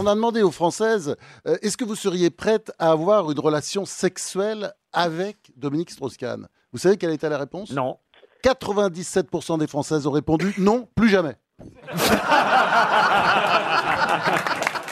On a demandé aux Françaises, est-ce que vous seriez prête à avoir une relation sexuelle avec Dominique Strauss-Kahn? Vous savez quelle était la réponse? Non. 97% des Françaises ont répondu non, plus jamais.